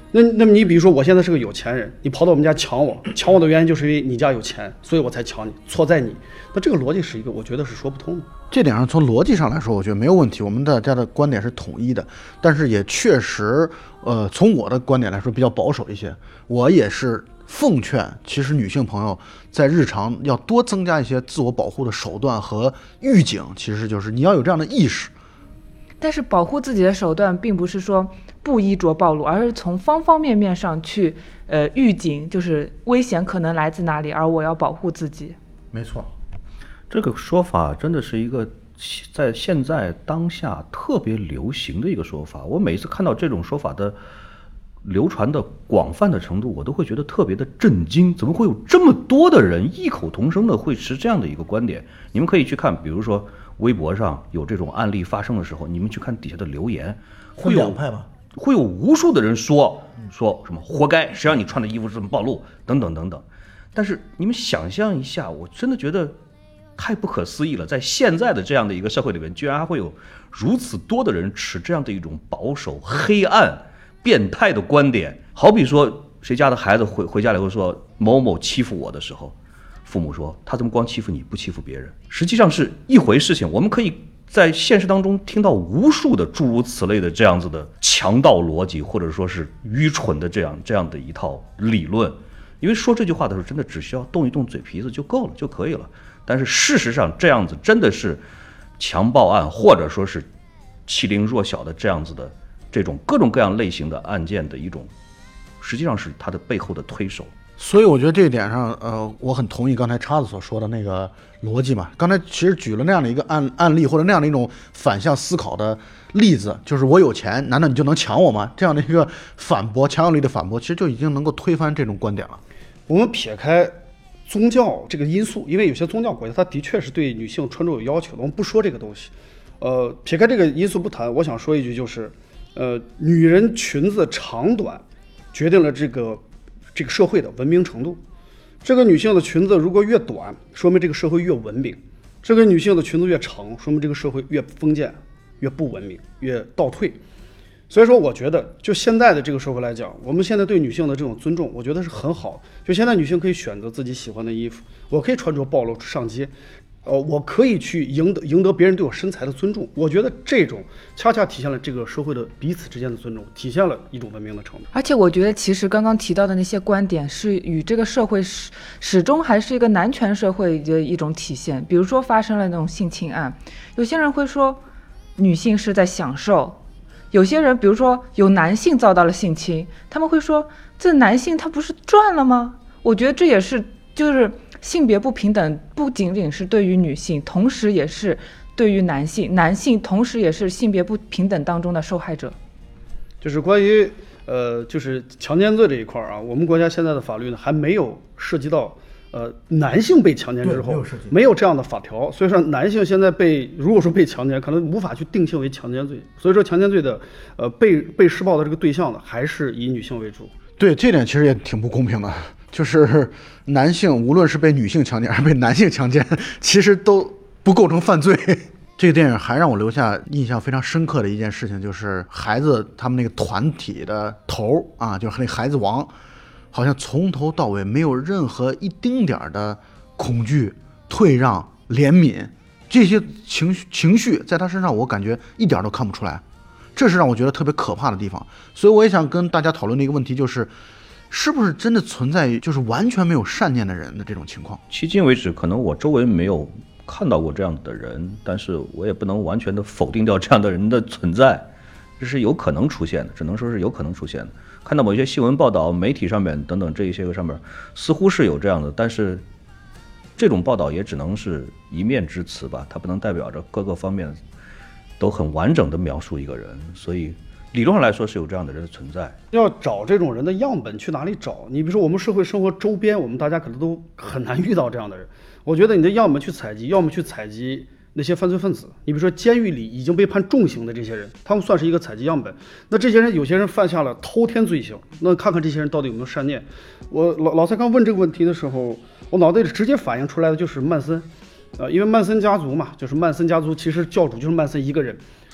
那那么你比如说我现在是个有钱人，你跑到我们家抢我，抢我的原因就是因为你家有钱，所以我才抢你，错在你。那这个逻辑是一个我觉得是说不通的。 这点上从逻辑上来说，我觉得没有问题，我们大家的观点是统一的，但是也确实，呃，从我的观点来说比较保守一些。我也是奉劝，其实女性朋友在日常要多增加一些自我保护的手段和预警，其实就是你要有这样的意识。 但是保护自己的手段并不是说不衣着暴露，而是从方方面面上去呃预警，就是危险可能来自哪里，而我要保护自己。 没错。 这个说法真的是一个在现在当下特别流行的一个说法。我每次看到这种说法的流传的广泛的程度，我都会觉得特别的震惊。怎么会有这么多的人异口同声的会持这样的一个观点？你们可以去看，比如说微博上有这种案例发生的时候，你们去看底下的留言，会有两派吧， 会有无数的人说说什么活该，谁让你穿的衣服这么暴露，等等等等。但是你们想象一下，我真的觉得太不可思议了，在现在的这样的一个社会里面，居然还会有如此多的人持这样的一种保守、黑暗、变态的观点。好比说，谁家的孩子回回家以后说某某欺负我的时候，父母说他怎么光欺负你不欺负别人，实际上是一回事情。我们可以在现实当中听到无数的诸如此类的这样子的强盗逻辑，或者说是愚蠢的这样这样的一套理论。因为说这句话的时候，真的只需要动一动嘴皮子就够了，就可以了。但是事实上，这样子真的是强暴案，或者说是欺凌弱小的这样子的这种各种各样类型的案件的一种，实际上是它的背后的推手。 所以我觉得这一点上，呃，我很同意刚才叉子所说的那个逻辑嘛。刚才其实举了那样的一个案案例，或者那样的一种反向思考的例子，就是我有钱，难道你就能抢我吗？这样的一个反驳，强有力的反驳，其实就已经能够推翻这种观点了。 我们撇开宗教这个因素，因为有些宗教国家它的确是对女性穿着有要求的，我们不说这个东西。呃，撇开这个因素不谈，我想说一句，就是呃，女人裙子长短决定了这个这个社会的文明程度。这个女性的裙子如果越短，说明这个社会越文明；这个女性的裙子越长，说明这个社会越封建、越不文明、越倒退。所以说，我觉得就现在的这个社会来讲，我们现在对女性的这种尊重，我觉得是很好。就现在女性可以选择自己喜欢的衣服，我可以穿着暴露上街，呃，我可以去赢得赢得别人对我身材的尊重。我觉得这种恰恰体现了这个社会的彼此之间的尊重，体现了一种文明的程度。 而且我觉得，其实刚刚提到的那些观点，是与这个社会始始终还是一个男权社会的一种体现。比如说发生了那种性侵案，有些人会说女性是在享受。有些人，比如说有男性遭到了性侵，他们会说这男性他不是赚了吗？我觉得这也是就是性别不平等，不仅仅是对于女性，同时也是对于男性，男性同时也是性别不平等当中的受害者。 就是关于呃，就是强奸罪这一块啊，我们国家现在的法律呢还没有涉及到。呃，男性被强奸之后，没有, 没有这样的法条，所以说男性现在被如果说被强奸，可能无法去定性为强奸罪。所以说强奸罪的呃被被施暴的这个对象呢，还是以女性为主。 对，这点其实也挺不公平的，就是男性无论是被女性强奸还是被男性强奸，其实都不构成犯罪。这个电影还让我留下印象非常深刻的一件事情，就是孩子他们那个团体的头啊，就是那孩子王。好像从头到尾没有任何一丁点的恐惧、退让、怜悯，这些情绪情绪在他身上，我感觉一点都看不出来，这是让我觉得特别可怕的地方。所以我也想跟大家讨论的一个问题，就是是不是真的存在就是完全没有善念的人的这种情况？ 迄今为止，可能我周围没有看到过这样的人，但是我也不能完全的否定掉这样的人的存在，这是有可能出现的，只能说是有可能出现的。看到某些新闻报道、媒体上面等等这一些个上面，似乎是有这样的，但是这种报道也只能是一面之词吧，它不能代表着各个方面都很完整的描述一个人，所以理论上来说是有这样的人的存在。 要找这种人的样本去哪里找？你比如说我们社会生活周边，我们大家可能都很难遇到这样的人。我觉得你的样本去采集，要么去采集那些犯罪分子，你比如说监狱里已经被判重刑的这些人，他们算是一个采集样本。那这些人有些人犯下了滔天罪行，那看看这些人到底有没有善念。我老老蔡刚问这个问题的时候，我脑袋里直接反映出来的就是曼森，呃，因为曼森家族嘛，就是曼森家族其实教主就是曼森一个人。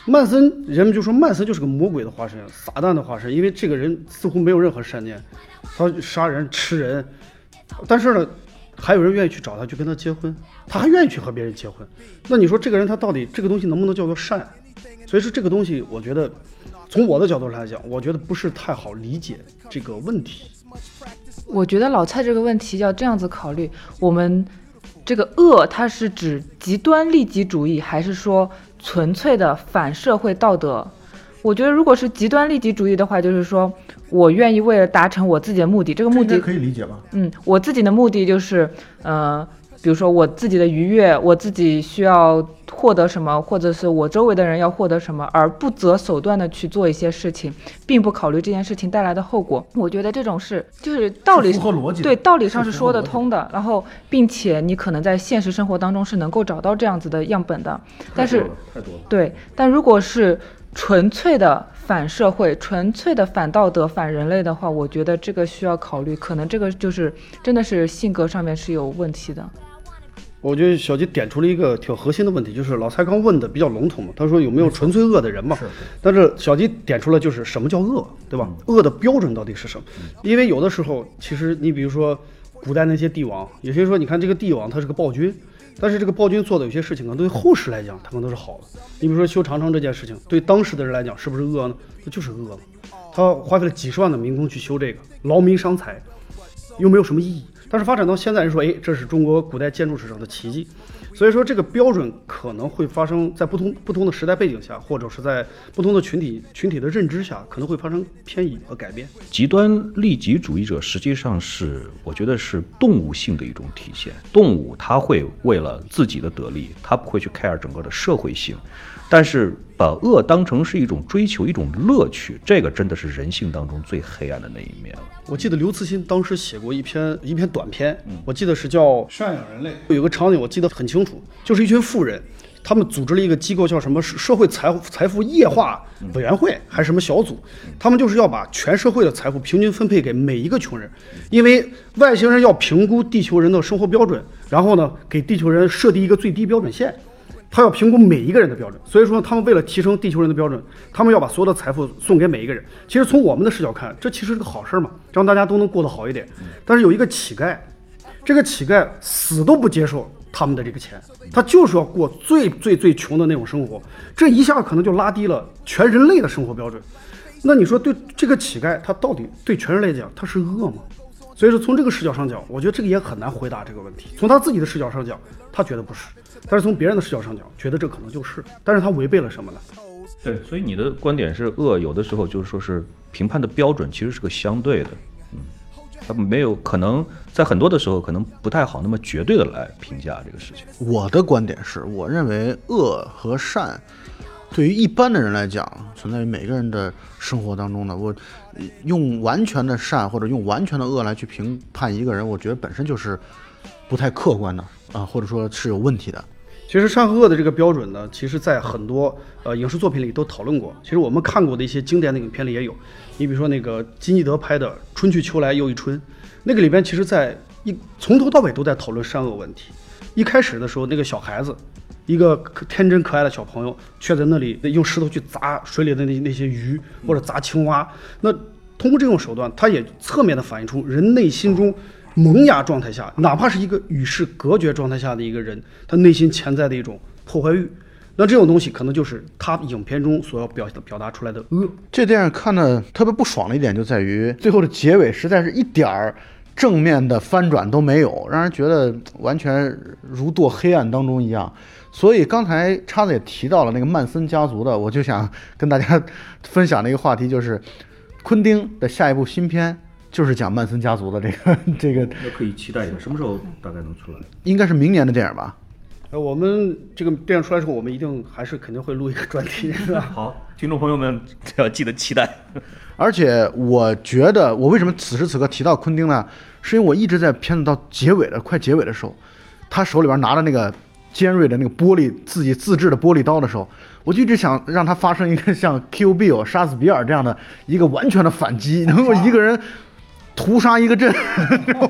曼森人们就说曼森就是个魔鬼的化身，撒旦的化身，因为这个人似乎没有任何善念，他杀人吃人，但是呢，还有人愿意去找他去跟他结婚，他还愿意去和别人结婚。那你说这个人他到底这个东西能不能叫做善？所以说这个东西，我觉得从我的角度来讲，我觉得不是太好理解这个问题。 我觉得老蔡这个问题要这样子考虑，我们这个恶它是指极端利己主义，还是说纯粹的反社会道德？我觉得如果是极端利己主义的话，就是说我愿意为了达成我自己的目的，这个目的可以理解吧？ 嗯，我自己的目的就是，呃，比如说我自己的愉悦，我自己需要获得什么，或者是我周围的人要获得什么，而不择手段的去做一些事情，并不考虑这件事情带来的后果。我觉得这种是就是道理是符合逻辑的， 对，道理上是说得通的，然后并且你可能在现实生活当中是能够找到这样子的样本的。但是太多了， 对，但如果是纯粹的反社会、纯粹的反道德、反人类的话，我觉得这个需要考虑，可能这个就是真的是性格上面是有问题的。 我觉得小吉点出了一个挺核心的问题，就是老蔡刚问的比较笼统嘛，他说有没有纯粹恶的人嘛？ 是。 但是小吉点出了就是什么叫恶，对吧？嗯、恶的标准到底是什么？嗯、因为有的时候，其实你比如说古代那些帝王，有些说你看这个帝王他是个暴君，但是这个暴君做的有些事情可能对后世来讲他可能都是好的。你比如说修长城这件事情，对当时的人来讲是不是恶呢？那就是恶了。他花费了几十万的民工去修这个，劳民伤财，又没有什么意义。但是发展到现在，人说，哎，这是中国古代建筑史上的奇迹。所以说，这个标准可能会发生在不同不同的时代背景下，或者是在不同的群体群体的认知下，可能会发生偏移和改变。 极端利己主义者实际上是，我觉得是动物性的一种体现。动物它会为了自己的得利，它不会去 care 整个的社会性。但是把恶当成是一种追求、一种乐趣，这个真的是人性当中最黑暗的那一面了。 我记得刘慈欣当时写过一篇一篇短篇，嗯、我记得是叫《赡养人类》，有个场景我记得很清楚，就是一群富人，他们组织了一个机构，叫什么社会财财富液化委员会，还是什么小组，他们就是要把全社会的财富平均分配给每一个穷人，因为外星人要评估地球人的生活标准，然后呢，给地球人设定一个最低标准线。他要评估每一个人的标准，所以说他们为了提升地球人的标准，他们要把所有的财富送给每一个人。其实从我们的视角看，这其实是个好事嘛，让大家都能过得好一点。但是有一个乞丐，这个乞丐死都不接受他们的这个钱，他就是要过最最最穷的那种生活，这一下可能就拉低了全人类的生活标准。那你说对这个乞丐，他到底对全人类讲他是恶吗？所以说从这个视角上讲，我觉得这个也很难回答这个问题。从他自己的视角上讲，他觉得不是，但是从别人的视角上讲，觉得这可能就是，但是他违背了什么呢？ 对，所以你的观点是恶，有的时候就是说是评判的标准其实是个相对的，嗯，他没有可能在很多的时候可能不太好那么绝对的来评价这个事情。 我的观点是，我认为恶和善对于一般的人来讲，存在于每个人的生活当中的。我用完全的善或者用完全的恶来去评判一个人，我觉得本身就是不太客观的啊，或者说是有问题的。 其实善和恶的这个标准呢，其实在很多呃影视作品里都讨论过。其实我们看过的一些经典的影片里也有，你比如说那个金基德拍的《春去秋来又一春》，那个里边其实在一从头到尾都在讨论善恶问题。一开始的时候，那个小孩子，一个天真可爱的小朋友，却在那里用石头去砸水里的那那些鱼，或者砸青蛙。那通过这种手段，它也侧面的反映出人内心中萌芽状态下，哪怕是一个与世隔绝状态下的一个人，他内心潜在的一种破坏欲。那这种东西可能就是他影片中所要表表达出来的恶。 这电影看的特别不爽的一点就在于最后的结尾实在是一点儿正面的翻转都没有，让人觉得完全如堕黑暗当中一样。所以刚才叉子也提到了那个曼森家族的，我就想跟大家分享的一个话题，就是昆汀的下一部新片就是讲曼森家族的这个这个， 那可以期待一下，什么时候大概能出来？ 应该是明年的电影吧。 呃，我们这个电影出来之后，我们一定还是肯定会录一个专题。 好，听众朋友们要记得期待。 而且我觉得，我为什么此时此刻提到昆汀呢？是因为我一直在片子到结尾的快结尾的时候，他手里边拿着那个尖锐的那个玻璃自己自制的玻璃刀的时候，我就一直想让他发生一个像 Kill Bill 杀死比尔这样的一个完全的反击，能够一个人屠杀一个镇。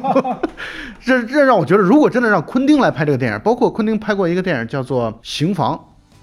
这这让我觉得，如果真的让昆汀来拍这个电影，包括昆汀拍过一个电影叫做《刑房》，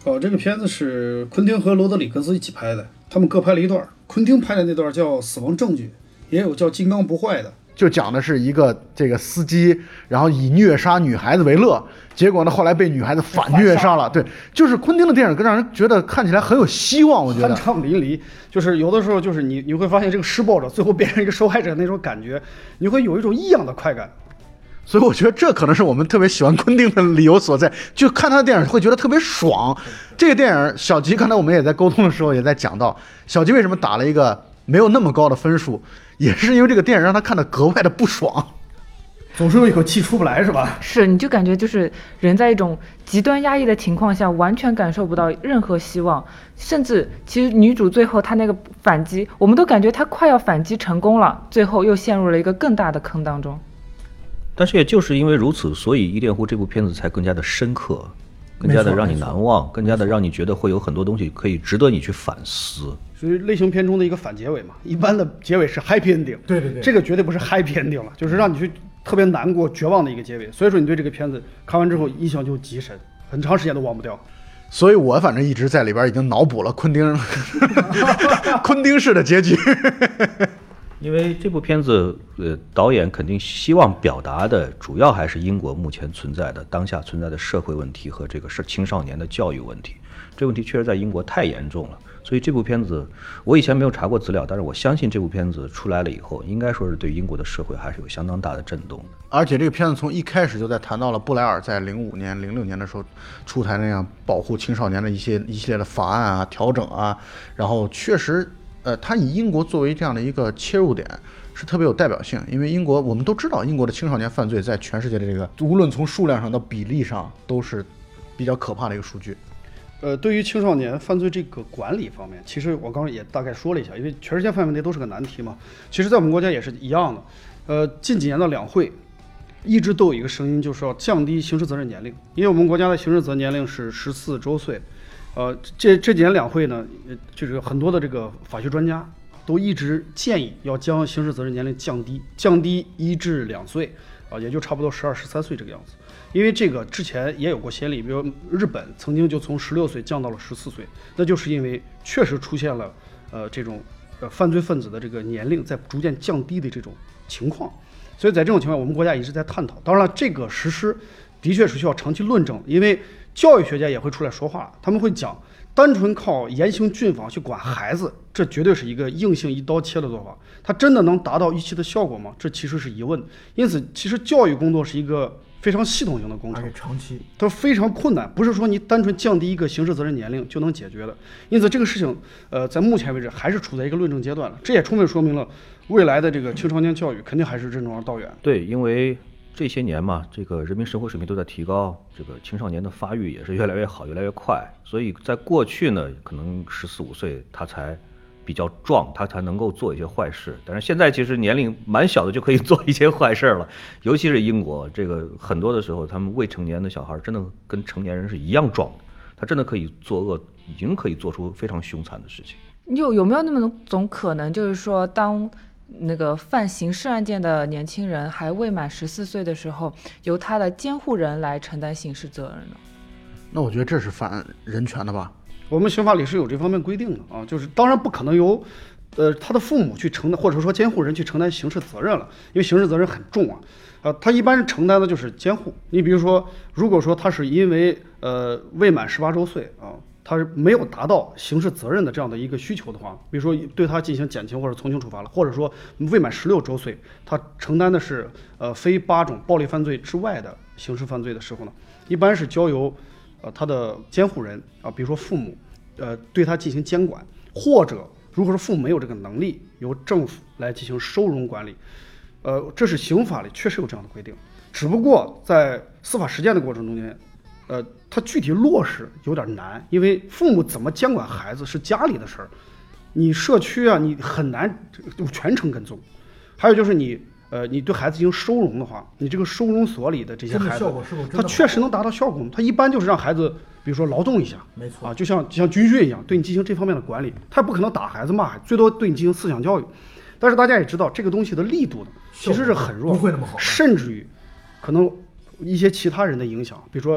哦，这个片子是昆汀和罗德里格斯一起拍的，他们各拍了一段。昆汀拍的那段叫《死亡证据》，也有叫《金刚不坏》的。 就讲的是一个这个司机，然后以虐杀女孩子为乐，结果呢后来被女孩子反虐杀了。对，就是昆汀的电影，让人觉得看起来很有希望。我觉得酣畅淋漓，就是有的时候就是你你会发现这个施暴者最后变成一个受害者那种感觉，你会有一种异样的快感。 所以我觉得这可能是我们特别喜欢昆汀的理由所在，就看他的电影会觉得特别爽。这个电影小吉刚才我们也在沟通的时候也在讲到，小吉为什么打了一个没有那么高的分数，也是因为这个电影让他看得格外的不爽， 总是有一口气出不来，是吧？ 是，你就感觉就是人在一种极端压抑的情况下，完全感受不到任何希望，甚至其实女主最后她那个反击，我们都感觉她快要反击成功了，最后又陷入了一个更大的坑当中。 但是也就是因为如此，所以《伊甸湖》这部片子才更加的深刻，更加的让你难忘，更加的让你觉得会有很多东西可以值得你去反思。 所以类型片中的一个反结尾嘛，一般的结尾是 happy ending， 对对对， 这个绝对不是 happy ending 了，就是让你去特别难过、绝望的一个结尾。所以说你对这个片子看完之后印象就极深，很长时间都忘不掉。 所以我反正一直在里边已经脑补了昆汀昆汀式的结局。 因为这部片子，呃，导演肯定希望表达的主要还是英国目前存在的、当下存在的社会问题和这个是青少年的教育问题。这个问题确实在英国太严重了，所以这部片子我以前没有查过资料，但是我相信这部片子出来了以后，应该说是对英国的社会还是有相当大的震动的。 而且这个片子从一开始就在谈到了布莱尔在零五年、零六年的时候出台那样保护青少年的一些一系列的法案啊、调整啊，然后确实。呃，它以英国作为这样的一个切入点是特别有代表性，因为英国我们都知道，英国的青少年犯罪在全世界的这个无论从数量上到比例上都是比较可怕的一个数据。 呃，对于青少年犯罪这个管理方面，其实我刚刚也大概说了一下，因为全世界范围内都是个难题嘛。其实，在我们国家也是一样的。呃，近几年的两会一直都有一个声音，就是要降低刑事责任年龄，因为我们国家的刑事责任年龄是十四周岁。呃，这这几年两会呢，就是很多的这个法学专家都一直建议要将刑事责任年龄降低，降低一至两岁，啊，也就差不多十二、十三岁这个样子。因为这个之前也有过先例，比如日本曾经就从十六岁降到了十四岁，那就是因为确实出现了呃这种呃犯罪分子的这个年龄在逐渐降低的这种情况。所以在这种情况，我们国家一直在探讨。当然了，这个实施的确是需要长期论证，因为教育学家也会出来说话，他们会讲，单纯靠严刑峻法去管孩子，这绝对是一个硬性一刀切的做法，它真的能达到预期的效果吗？这其实是疑问。因此，其实教育工作是一个非常系统性的工程， 而且长期， 它非常困难，不是说你单纯降低一个刑事责任年龄就能解决的。因此，这个事情，呃，在目前为止还是处在一个论证阶段了。这也充分说明了未来的这个青少年教育肯定还是任重而道远。 对，因为这些年嘛，这个人民生活水平都在提高，这个青少年的发育也是越来越好，越来越快。所以在过去呢，可能十四五岁他才比较壮，他才能够做一些坏事。但是现在其实年龄蛮小的就可以做一些坏事了，尤其是英国，这个很多的时候，他们未成年的小孩真的跟成年人是一样壮的，他真的可以作恶，已经可以做出非常凶残的事情。 有有没有那么种可能，就是说当那个犯刑事案件的年轻人还未满十四岁的时候，由他的监护人来承担刑事责任呢？ 那我觉得这是反人权的吧？ 我们刑法里是有这方面规定的啊，就是当然不可能由，呃，他的父母去承担，或者说监护人去承担刑事责任了，因为刑事责任很重啊。呃，他一般是承担的就是监护。你比如说，如果说他是因为呃未满十八周岁啊。他是没有达到刑事责任的这样的一个需求的话，比如说对他进行减轻或者从轻处罚了，或者说未满十六周岁，他承担的是呃非八种暴力犯罪之外的刑事犯罪的时候呢，一般是交由呃他的监护人啊，比如说父母，呃对他进行监管，或者如果说父母没有这个能力，由政府来进行收容管理，呃这是刑法里确实有这样的规定，只不过在司法实践的过程中间。呃，它具体落实有点难，因为父母怎么监管孩子是家里的事儿，你社区啊，你很难全程跟踪。还有就是你，呃，你对孩子进行收容的话，你这个收容所里的这些孩子，它确实能达到效果吗？它一般就是让孩子，比如说劳动一下， 没错啊，就像就像军训一样，对你进行这方面的管理，他不可能打孩子骂孩子，最多对你进行思想教育。但是大家也知道，这个东西的力度呢，其实是很弱， 不会那么好， 甚至于可能一些其他人的影响，比如说。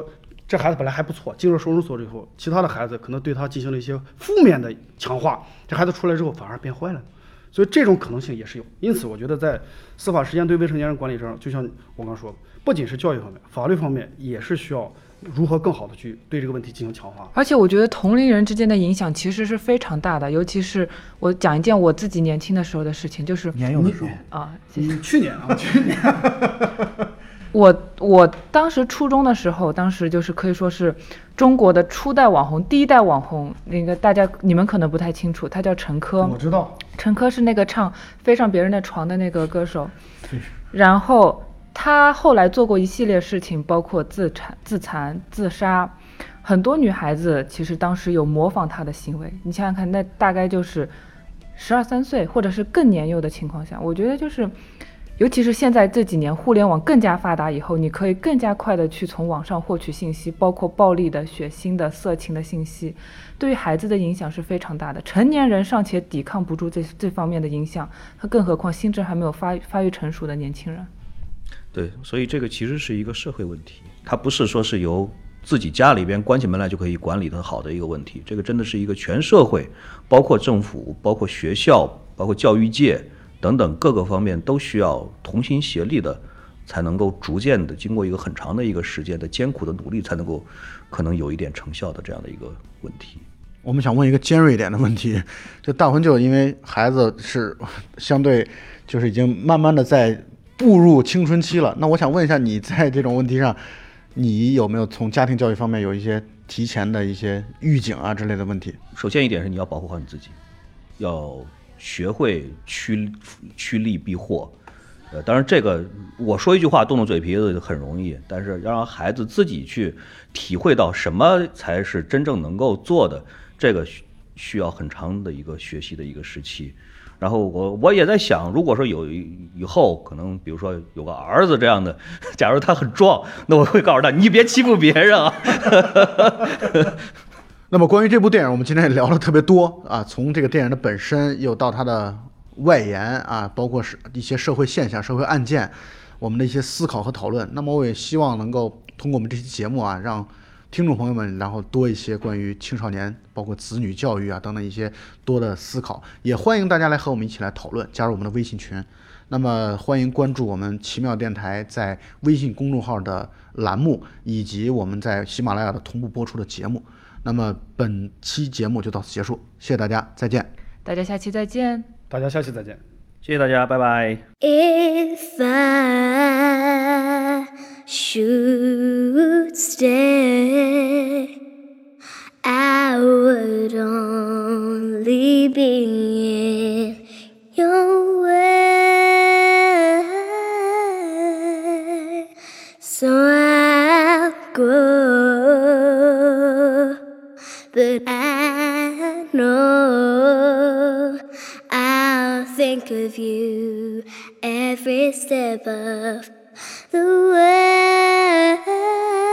这孩子本来还不错，进入收容所之后，其他的孩子可能对他进行了一些负面的强化，这孩子出来之后反而变坏了。所以这种可能性也是有。因此，我觉得在司法实践对未成年人管理上，就像我刚说的，不仅是教育方面，法律方面也是需要如何更好的去对这个问题进行强化。 而且我觉得同龄人之间的影响其实是非常大的，尤其是我讲一件我自己年轻的时候的事情，就是年幼的时候啊，谢谢。 你去年啊，去年我我当时初中的时候，当时就是可以说是中国的初代网红，第一代网红，那个大家你们可能不太清楚，他叫陈珂。 我知道， 陈珂是那个唱《飞上别人的床》的那个歌手，然后他后来做过一系列事情，包括自残、自残、自杀，很多女孩子其实当时有模仿他的行为。你想想看，那大概就是十二三岁，或者是更年幼的情况下，我觉得就是。尤其是现在这几年互联网更加发达以后，你可以更加快的去从网上获取信息，包括暴力的、血腥的、色情的信息，对于孩子的影响是非常大的。成年人尚且抵抗不住这这方面的影响，更何况心智还没有发发育成熟的年轻人。 对，所以这个其实是一个社会问题，它不是说是由自己家里边关起门来就可以管理得好的一个问题，这个真的是一个全社会，包括政府、包括学校、包括教育界等等各个方面都需要同心协力的，才能够逐渐的经过一个很长的一个时间的艰苦的努力，才能够可能有一点成效的这样的一个问题。 我们想问一个尖锐一点的问题，就大魂就因为孩子是相对就是已经慢慢的在步入青春期了，那我想问一下你在这种问题上，你有没有从家庭教育方面有一些提前的一些预警啊之类的问题？ 首先一点是你要保护好你自己，要学会趋趋利避祸，呃，当然这个我说一句话动动嘴皮子很容易，但是要让孩子自己去体会到什么才是真正能够做的，这个需要很长的一个学习的一个时期。然后我我也在想，如果说有以后可能，比如说有个儿子这样的，假如他很壮，那我会告诉他，你别欺负别人啊。 那么关于这部电影，我们今天也聊了特别多啊，从这个电影的本身，又到它的外延啊，包括是一些社会现象、社会案件，我们的一些思考和讨论。那么我也希望能够通过我们这期节目啊，让听众朋友们然后多一些关于青少年，包括子女教育啊等等一些多的思考。也欢迎大家来和我们一起来讨论，加入我们的微信群。那么欢迎关注我们奇妙电台在微信公众号的栏目，以及我们在喜马拉雅的同步播出的节目。那么本期节目就到此结束，谢谢大家，再见。 大家下期再见。 大家下期再见。 谢谢大家，拜拜。 If I should stay, I would only be in your way. So I'll go, but I know I'll think of you every step of the way.